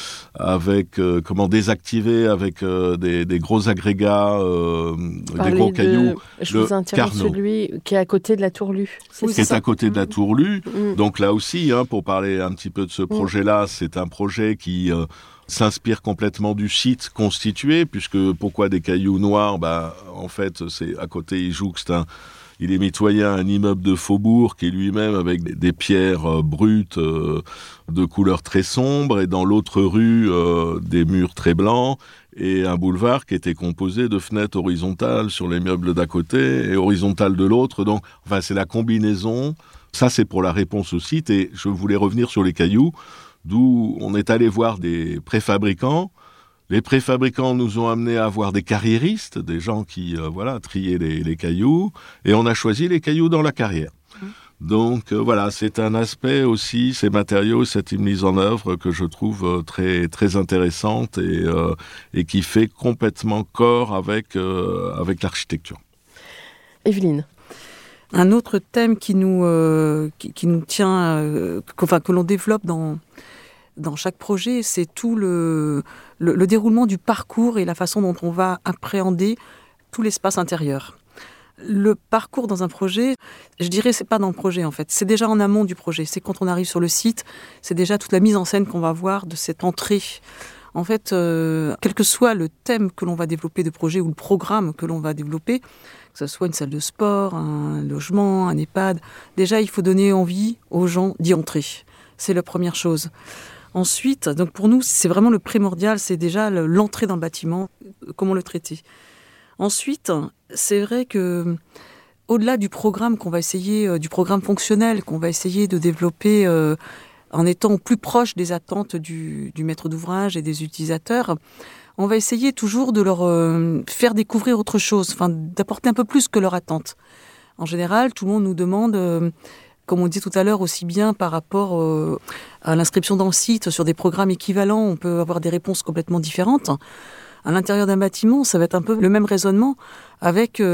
avec désactivé avec des gros agrégats, des gros cailloux. Je vous interromps, celui qui est à côté de la Tourlue. À côté de la Tourlue. Donc là aussi, pour parler un petit peu de ce projet-là, c'est un projet qui s'inspire complètement du site constitué, puisque pourquoi des cailloux noirs ? En fait, c'est à côté, il est mitoyen à un immeuble de faubourg qui est lui-même avec des pierres brutes de couleur très sombre, et dans l'autre rue, des murs très blancs, et un boulevard qui était composé de fenêtres horizontales sur les meubles d'à côté et horizontales de l'autre. Donc, c'est la combinaison. Ça, c'est pour la réponse au site. Et je voulais revenir sur les cailloux, d'où on est allé voir des préfabricants. Les préfabricants nous ont amenés à voir des carriéristes, des gens qui triaient les cailloux, et on a choisi les cailloux dans la carrière. Donc c'est un aspect aussi, ces matériaux, cette mise en œuvre que je trouve très, très intéressante et qui fait complètement corps avec l'architecture. Evelyne. Un autre thème qui nous tient, que l'on développe dans chaque projet, c'est tout le déroulement du parcours et la façon dont on va appréhender tout l'espace intérieur. Le parcours dans un projet, je dirais, c'est pas dans le projet en fait, c'est déjà en amont du projet. C'est quand on arrive sur le site, c'est déjà toute la mise en scène qu'on va voir de cette entrée. En fait, quel que soit le thème que l'on va développer de projet ou le programme que l'on va développer, que ce soit une salle de sport, un logement, un EHPAD, déjà il faut donner envie aux gens d'y entrer. C'est la première chose. Ensuite, donc pour nous, c'est vraiment le primordial, c'est déjà l'entrée dans le bâtiment, comment le traiter. Ensuite, c'est vrai que au-delà du programme qu'on va essayer, du programme fonctionnel qu'on va essayer de développer en étant plus proche des attentes du maître d'ouvrage et des utilisateurs, on va essayer toujours de leur faire découvrir autre chose, d'apporter un peu plus que leur attente. En général, tout le monde nous demande, comme on dit tout à l'heure, aussi bien par rapport à l'inscription dans le site sur des programmes équivalents, on peut avoir des réponses complètement différentes. À l'intérieur d'un bâtiment, ça va être un peu le même raisonnement avec,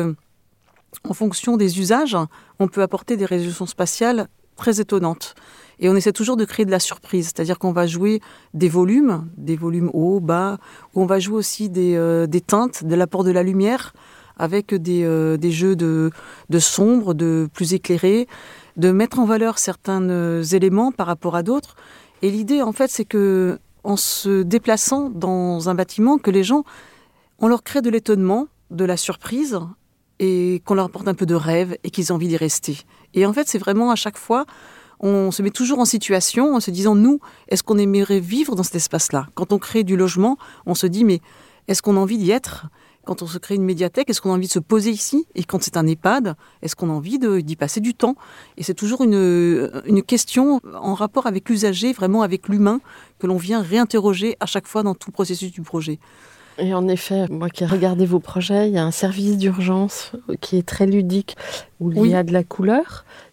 en fonction des usages, on peut apporter des résolutions spatiales très étonnantes. Et on essaie toujours de créer de la surprise, c'est-à-dire qu'on va jouer des volumes hauts, bas, où on va jouer aussi des teintes, de l'apport de la lumière, avec des jeux de sombre, de plus éclairés, de mettre en valeur certains éléments par rapport à d'autres. Et l'idée, en fait, c'est que en se déplaçant dans un bâtiment, que les gens, on leur crée de l'étonnement, de la surprise, et qu'on leur apporte un peu de rêve et qu'ils aient envie d'y rester. Et en fait, c'est vraiment à chaque fois, on se met toujours en situation en se disant, nous, est-ce qu'on aimerait vivre dans cet espace-là ? Quand on crée du logement, on se dit, mais est-ce qu'on a envie d'y être ? Quand on se crée une médiathèque, est-ce qu'on a envie de se poser ici ? Et quand c'est un EHPAD, est-ce qu'on a envie d'y passer du temps ? Et c'est toujours une question en rapport avec l'usager, vraiment avec l'humain, que l'on vient réinterroger à chaque fois dans tout le processus du projet. Et en effet, moi qui ai regardé vos projets, il y a un service d'urgence qui est très ludique, où il y a de la couleur.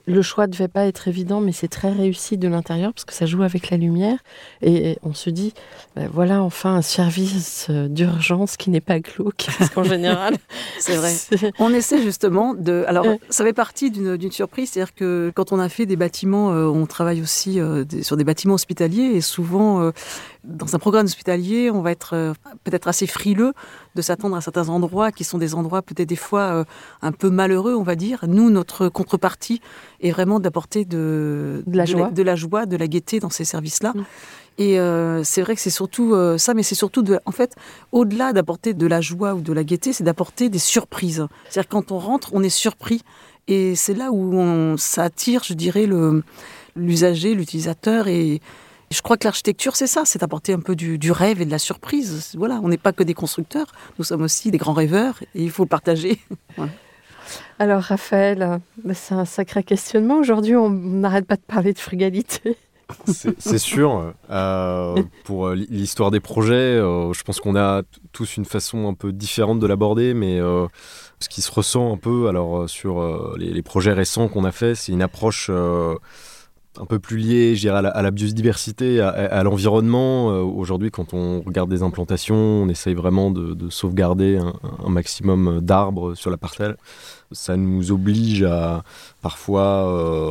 Le choix ne devait pas être évident, mais c'est très réussi de l'intérieur parce que ça joue avec la lumière. Et on se dit, voilà enfin un service d'urgence qui n'est pas glauque, parce qu'en général... C'est vrai. On essaie justement de... Alors, ça fait partie d'une surprise, c'est-à-dire que quand on a fait des bâtiments, on travaille aussi sur des bâtiments hospitaliers, et souvent, dans un programme hospitalier, on va être peut-être assez frileux de s'attendre à certains endroits qui sont des endroits peut-être des fois un peu malheureux, on va dire. Nous, notre contrepartie est vraiment d'apporter de la joie, de la gaieté dans ces services-là. Et c'est vrai que c'est surtout ça, mais c'est surtout, en fait, au-delà d'apporter de la joie ou de la gaieté, c'est d'apporter des surprises. C'est-à-dire quand on rentre, on est surpris. Et c'est là où ça attire, je dirais, l'usager, l'utilisateur. Et je crois que l'architecture, c'est ça, c'est apporter un peu du rêve et de la surprise. Voilà, on n'est pas que des constructeurs, nous sommes aussi des grands rêveurs et il faut le partager. Voilà. Alors Raphaël, c'est un sacré questionnement. Aujourd'hui, on n'arrête pas de parler de frugalité. C'est sûr. Pour l'histoire des projets, je pense qu'on a tous une façon un peu différente de l'aborder, mais ce qui se ressent un peu sur les projets récents qu'on a fait, c'est une approche un peu plus liée, je dirais, à la biodiversité, à l'environnement. Aujourd'hui, quand on regarde des implantations, on essaye vraiment de sauvegarder un maximum d'arbres sur la parcelle. Ça nous oblige à parfois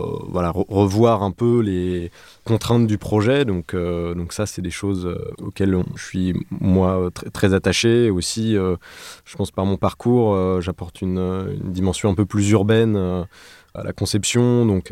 revoir un peu les contraintes du projet. Donc ça, c'est des choses auxquelles je suis, moi, très attaché. Aussi, je pense par mon parcours, j'apporte une dimension un peu plus urbaine à la conception, donc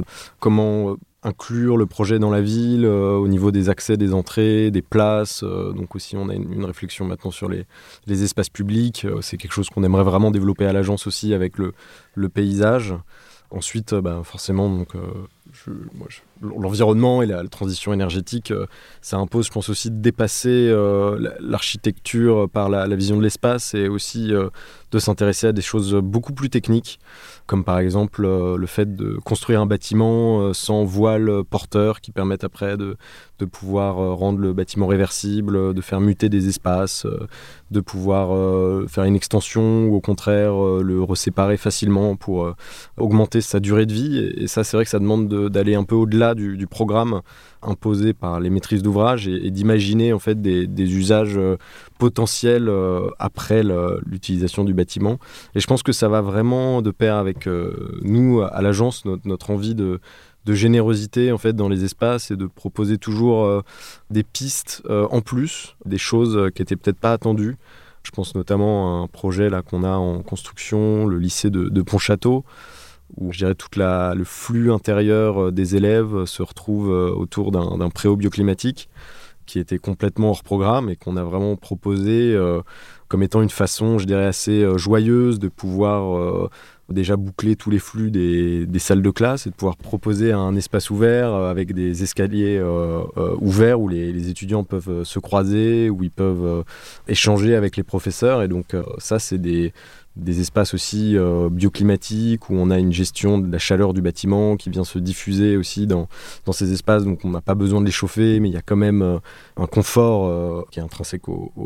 comment inclure le projet dans la ville au niveau des accès, des entrées, des places. Donc aussi, on a une réflexion maintenant sur les espaces publics. C'est quelque chose qu'on aimerait vraiment développer à l'agence aussi avec le paysage. Ensuite, forcément, donc, l'environnement et la transition énergétique, ça impose, je pense aussi, de dépasser l'architecture par la vision de l'espace et aussi de s'intéresser à des choses beaucoup plus techniques, comme par exemple le fait de construire un bâtiment sans voile porteur qui permettent après de pouvoir rendre le bâtiment réversible, de faire muter des espaces, de pouvoir faire une extension ou au contraire le reséparer facilement pour augmenter sa durée de vie. Et ça, c'est vrai que ça demande d'aller un peu au-delà du programme imposé par les maîtrises d'ouvrage et d'imaginer en fait des usages potentiels après l'utilisation du bâtiment. Et je pense que ça va vraiment de pair avec nous, à l'agence, notre envie de générosité en fait dans les espaces et de proposer toujours des pistes en plus, des choses qui n'étaient peut-être pas attendues. Je pense notamment à un projet là, qu'on a en construction, le lycée de Pontchâteau, où je dirais tout le flux intérieur des élèves se retrouve autour d'un préau bioclimatique qui était complètement hors programme et qu'on a vraiment proposé comme étant une façon, je dirais, assez joyeuse de pouvoir déjà boucler tous les flux des salles de classe et de pouvoir proposer un espace ouvert avec des escaliers ouverts où les étudiants peuvent se croiser, où ils peuvent échanger avec les professeurs. Et donc ça, c'est des espaces aussi bioclimatiques où on a une gestion de la chaleur du bâtiment qui vient se diffuser aussi dans ces espaces. Donc on n'a pas besoin de les chauffer, mais il y a quand même un confort qui est intrinsèque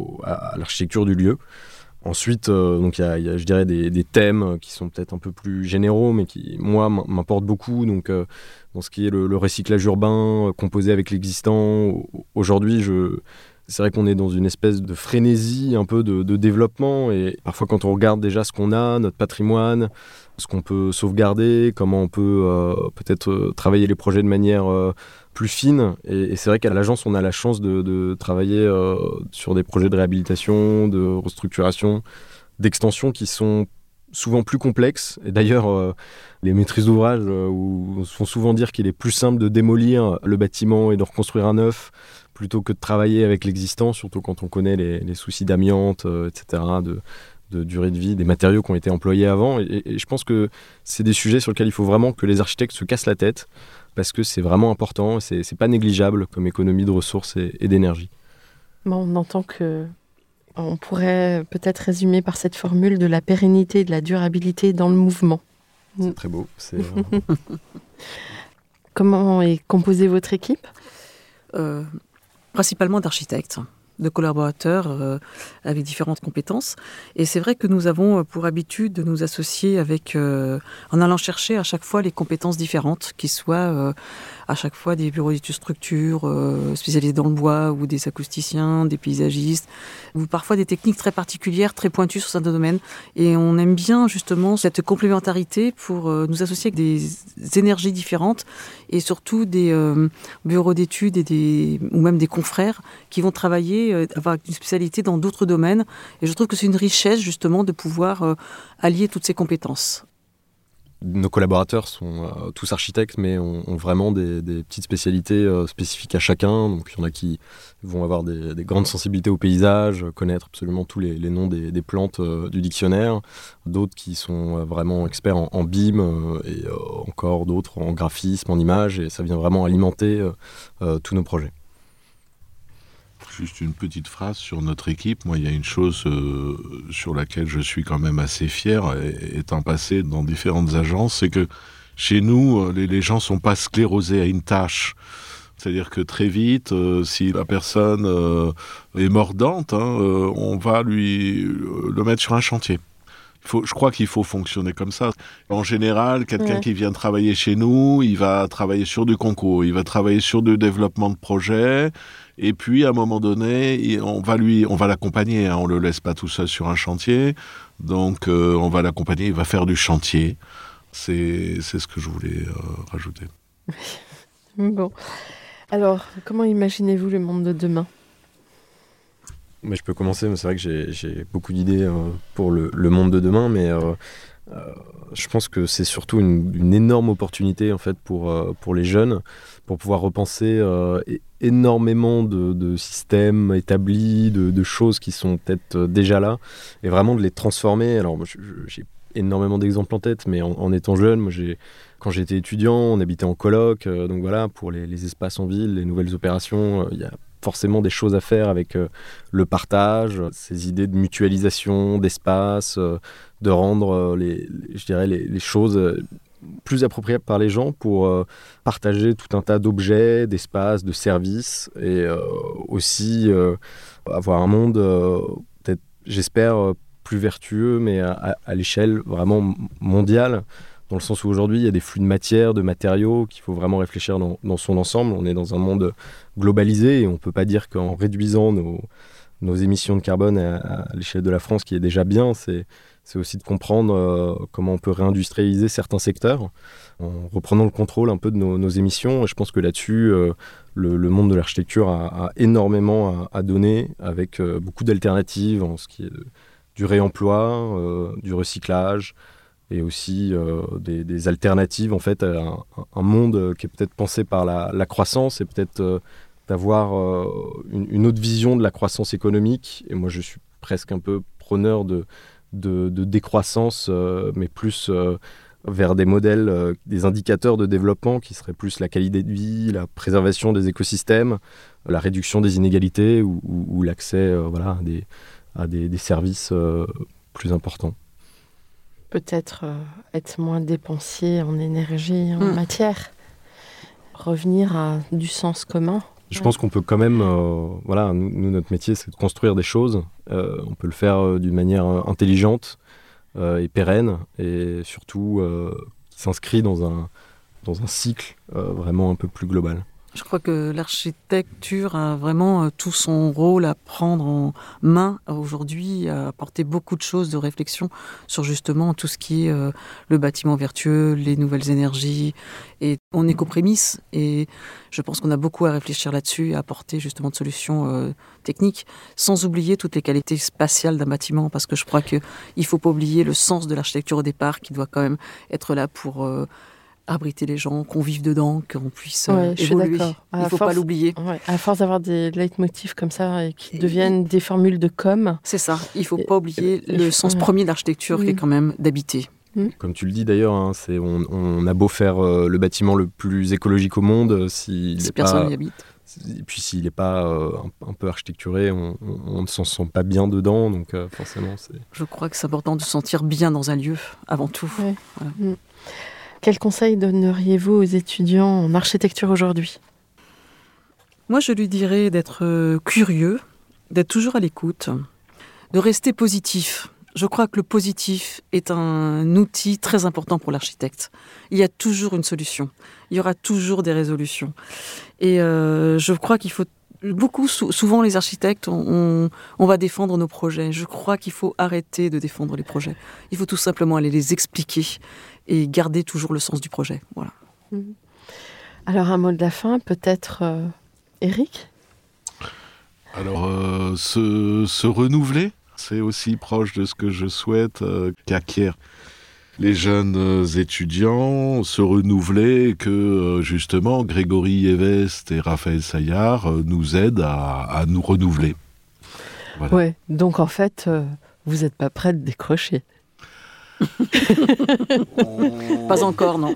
à l'architecture du lieu. Ensuite, donc il y a, je dirais, des thèmes qui sont peut-être un peu plus généraux, mais qui, moi, m'importent beaucoup. Donc, dans ce qui est le recyclage urbain, composé avec l'existant, aujourd'hui, c'est vrai qu'on est dans une espèce de frénésie un peu de développement. Et parfois, quand on regarde déjà ce qu'on a, notre patrimoine, ce qu'on peut sauvegarder, comment on peut peut-être travailler les projets de manière plus fine. Et c'est vrai qu'à l'agence, on a la chance de travailler sur des projets de réhabilitation, de restructuration, d'extension qui sont souvent plus complexes. Et d'ailleurs, les maîtrises d'ouvrage font souvent dire qu'il est plus simple de démolir le bâtiment et de reconstruire un neuf plutôt que de travailler avec l'existant, surtout quand on connaît les soucis d'amiante, etc., de durée de vie, des matériaux qui ont été employés avant. Et je pense que c'est des sujets sur lesquels il faut vraiment que les architectes se cassent la tête, parce que c'est vraiment important, c'est pas négligeable comme économie de ressources et d'énergie. Bon, on entend que on pourrait peut-être résumer par cette formule de la pérennité et de la durabilité dans le mouvement. C'est très beau. Comment est composée votre équipe ? Principalement d'architectes. de collaborateurs avec différentes compétences. Et c'est vrai que nous avons pour habitude de nous associer en allant chercher à chaque fois les compétences différentes, qui soient à chaque fois des bureaux d'études structures spécialisés dans le bois, ou des acousticiens, des paysagistes, ou parfois des techniques très particulières, très pointues sur certains domaines. Et on aime bien justement cette complémentarité pour nous associer avec des énergies différentes, et surtout des bureaux d'études ou même des confrères qui vont travailler, avoir une spécialité dans d'autres domaines. Et je trouve que c'est une richesse justement de pouvoir allier toutes ces compétences. Nos collaborateurs sont tous architectes, mais ont vraiment des petites spécialités spécifiques à chacun. Donc il y en a qui vont avoir des grandes sensibilités au paysage, connaître absolument tous les noms des plantes du dictionnaire. D'autres qui sont vraiment experts en BIM, et encore d'autres en graphisme, en images. Et ça vient vraiment alimenter tous nos projets. Juste une petite phrase sur notre équipe. Moi, il y a une chose sur laquelle je suis quand même assez fier, étant passé dans différentes agences, c'est que chez nous, les gens ne sont pas sclérosés à une tâche. C'est-à-dire que très vite, si la personne est mordante, on va le mettre sur un chantier. Je crois qu'il faut fonctionner comme ça. En général, quelqu'un qui vient travailler chez nous, il va travailler sur du concours, il va travailler sur du développement de projet, et puis à un moment donné, on va l'accompagner, on le laisse pas tout seul sur un chantier, donc on va l'accompagner, il va faire du chantier. C'est ce que je voulais rajouter. Bon. Alors, comment imaginez-vous le monde de demain ? Mais je peux commencer, mais c'est vrai que j'ai beaucoup d'idées pour le monde de demain, mais je pense que c'est surtout une énorme opportunité en fait pour les jeunes, pour pouvoir repenser énormément de systèmes établis, de choses qui sont peut-être déjà là, et vraiment de les transformer. Alors moi, j'ai énormément d'exemples en tête, mais en étant jeune, moi quand j'étais étudiant, on habitait en coloc, donc voilà, pour les espaces en ville, les nouvelles opérations, il y a forcément des choses à faire avec le partage, ces idées de mutualisation, d'espace, de rendre les choses plus appropriées par les gens pour partager tout un tas d'objets, d'espaces, de services, et aussi avoir un monde, peut-être, j'espère, plus vertueux, mais à l'échelle vraiment mondiale, dans le sens où aujourd'hui, il y a des flux de matière, de matériaux qu'il faut vraiment réfléchir dans son ensemble. On est dans un monde globalisé et on ne peut pas dire qu'en réduisant nos émissions de carbone à l'échelle de la France, qui est déjà bien, c'est aussi de comprendre comment on peut réindustrialiser certains secteurs en reprenant le contrôle un peu de nos émissions. Et je pense que là-dessus, le monde de l'architecture a énormément à donner, avec beaucoup d'alternatives en ce qui est du réemploi, du recyclage, et aussi des alternatives en fait à un monde qui est peut-être pensé par la croissance, et peut-être d'avoir une autre vision de la croissance économique. Et moi je suis presque un peu preneur de décroissance, mais plus vers des modèles, des indicateurs de développement qui seraient plus la qualité de vie, la préservation des écosystèmes, la réduction des inégalités, ou l'accès à des services plus importants. Peut-être être moins dépensier en énergie, en matière. Revenir à du sens commun. Je pense qu'on peut quand même, nous, notre métier, c'est de construire des choses. On peut le faire d'une manière intelligente et pérenne, et surtout qui s'inscrit dans un cycle vraiment un peu plus global. Je crois que l'architecture a vraiment tout son rôle à prendre en main aujourd'hui, à apporter beaucoup de choses de réflexion sur justement tout ce qui est le bâtiment vertueux, les nouvelles énergies. Et on est qu'aux prémices, et je pense qu'on a beaucoup à réfléchir là-dessus et à apporter justement de solutions techniques, sans oublier toutes les qualités spatiales d'un bâtiment, parce que je crois qu'il ne faut pas oublier le sens de l'architecture au départ, qui doit quand même être là pour abriter les gens, qu'on vive dedans, qu'on puisse évoluer. Il ne faut pas l'oublier. Ouais, à force d'avoir des leitmotifs comme ça et qui deviennent des formules de com. C'est ça. Il ne faut pas oublier le sens premier de l'architecture, qui est quand même d'habiter. Comme tu le dis d'ailleurs, on a beau faire le bâtiment le plus écologique au monde, si personne n'y habite. Et puis s'il n'est pas un peu architecturé, on ne s'en sent pas bien dedans, donc forcément c'est... Je crois que c'est important de se sentir bien dans un lieu, avant tout. Ouais. Voilà. Quel conseil donneriez-vous aux étudiants en architecture aujourd'hui ? Moi, je lui dirais d'être curieux, d'être toujours à l'écoute, de rester positif. Je crois que le positif est un outil très important pour l'architecte. Il y a toujours une solution. Il y aura toujours des résolutions. Et je crois qu'il faut souvent les architectes, on va défendre nos projets. Je crois qu'il faut arrêter de défendre les projets. Il faut tout simplement aller les expliquer et garder toujours le sens du projet. Voilà. Alors un mot de la fin, peut-être Éric ? Alors, se renouveler, c'est aussi proche de ce que je souhaite qu'acquièrent les jeunes étudiants, se renouveler, que justement Grégory Evest et Raphaël Saillard nous aident à nous renouveler. Voilà. Ouais, donc en fait, vous n'êtes pas prêts de décrocher. Pas encore, non.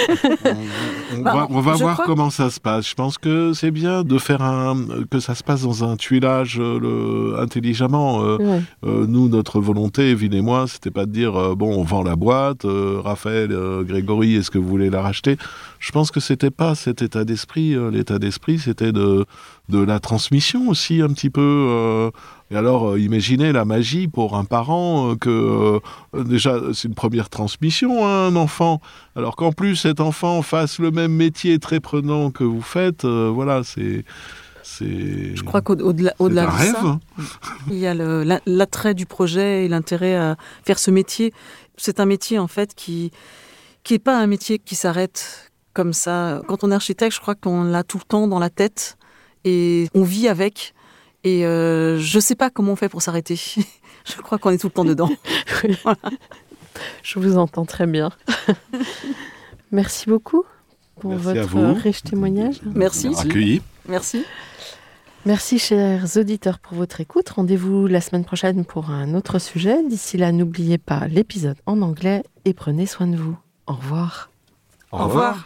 On va voir comment ça se passe. Je pense que c'est bien de faire que ça se passe dans un tuilage intelligemment. Nous, notre volonté, Evelyne et moi, c'était pas de dire bon, on vend la boîte, Raphaël, Grégory, est-ce que vous voulez la racheter ? Je pense que c'était pas cet état d'esprit. L'état d'esprit, c'était de la transmission aussi un petit peu. Et alors, imaginez la magie pour un parent que déjà c'est une première transmission, hein, un enfant. Alors qu'en plus cet enfant fasse le même métier très prenant que vous faites, voilà, c'est. Je crois qu'au-delà de rêve. ça, il y a l'attrait du projet et l'intérêt à faire ce métier. C'est un métier en fait qui est pas un métier qui s'arrête comme ça. Quand on est architecte, je crois qu'on l'a tout le temps dans la tête et on vit avec. Et je ne sais pas comment on fait pour s'arrêter. Je crois qu'on est tout le temps dedans. Oui. Voilà. Je vous entends très bien. Merci beaucoup pour votre riche témoignage. Merci. Accueilli. Merci. Merci chers auditeurs pour votre écoute. Rendez-vous la semaine prochaine pour un autre sujet. D'ici là, n'oubliez pas l'épisode en anglais et prenez soin de vous. Au revoir. Au revoir.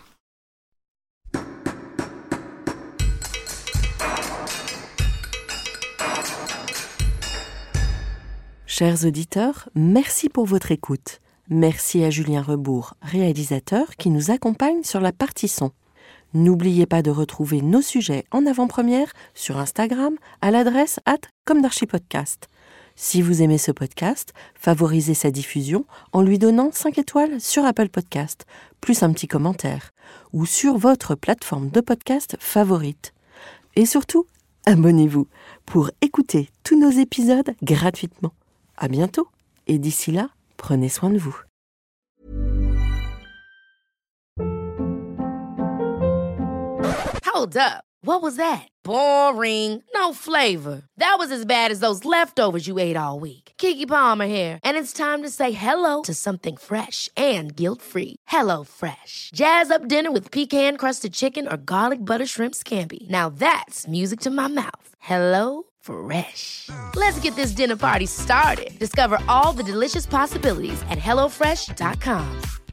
Chers auditeurs, merci pour votre écoute. Merci à Julien Rebourg, réalisateur, qui nous accompagne sur la partie son. N'oubliez pas de retrouver nos sujets en avant-première sur Instagram à l'adresse @comdarchipodcast. Si vous aimez ce podcast, favorisez sa diffusion en lui donnant 5 étoiles sur Apple Podcast, plus un petit commentaire, ou sur votre plateforme de podcast favorite. Et surtout, abonnez-vous pour écouter tous nos épisodes gratuitement. À bientôt, et d'ici là, prenez soin de vous. Hold up. What was that? Boring. No flavor. That was as bad as those leftovers you ate all week. Keke Palmer here, and it's time to say hello to something fresh and guilt-free. Hello Fresh. Jazz up dinner with pecan-crusted chicken or garlic butter shrimp scampi. Now that's music to my mouth. Hello Fresh. Let's get this dinner party started. Discover all the delicious possibilities at HelloFresh.com.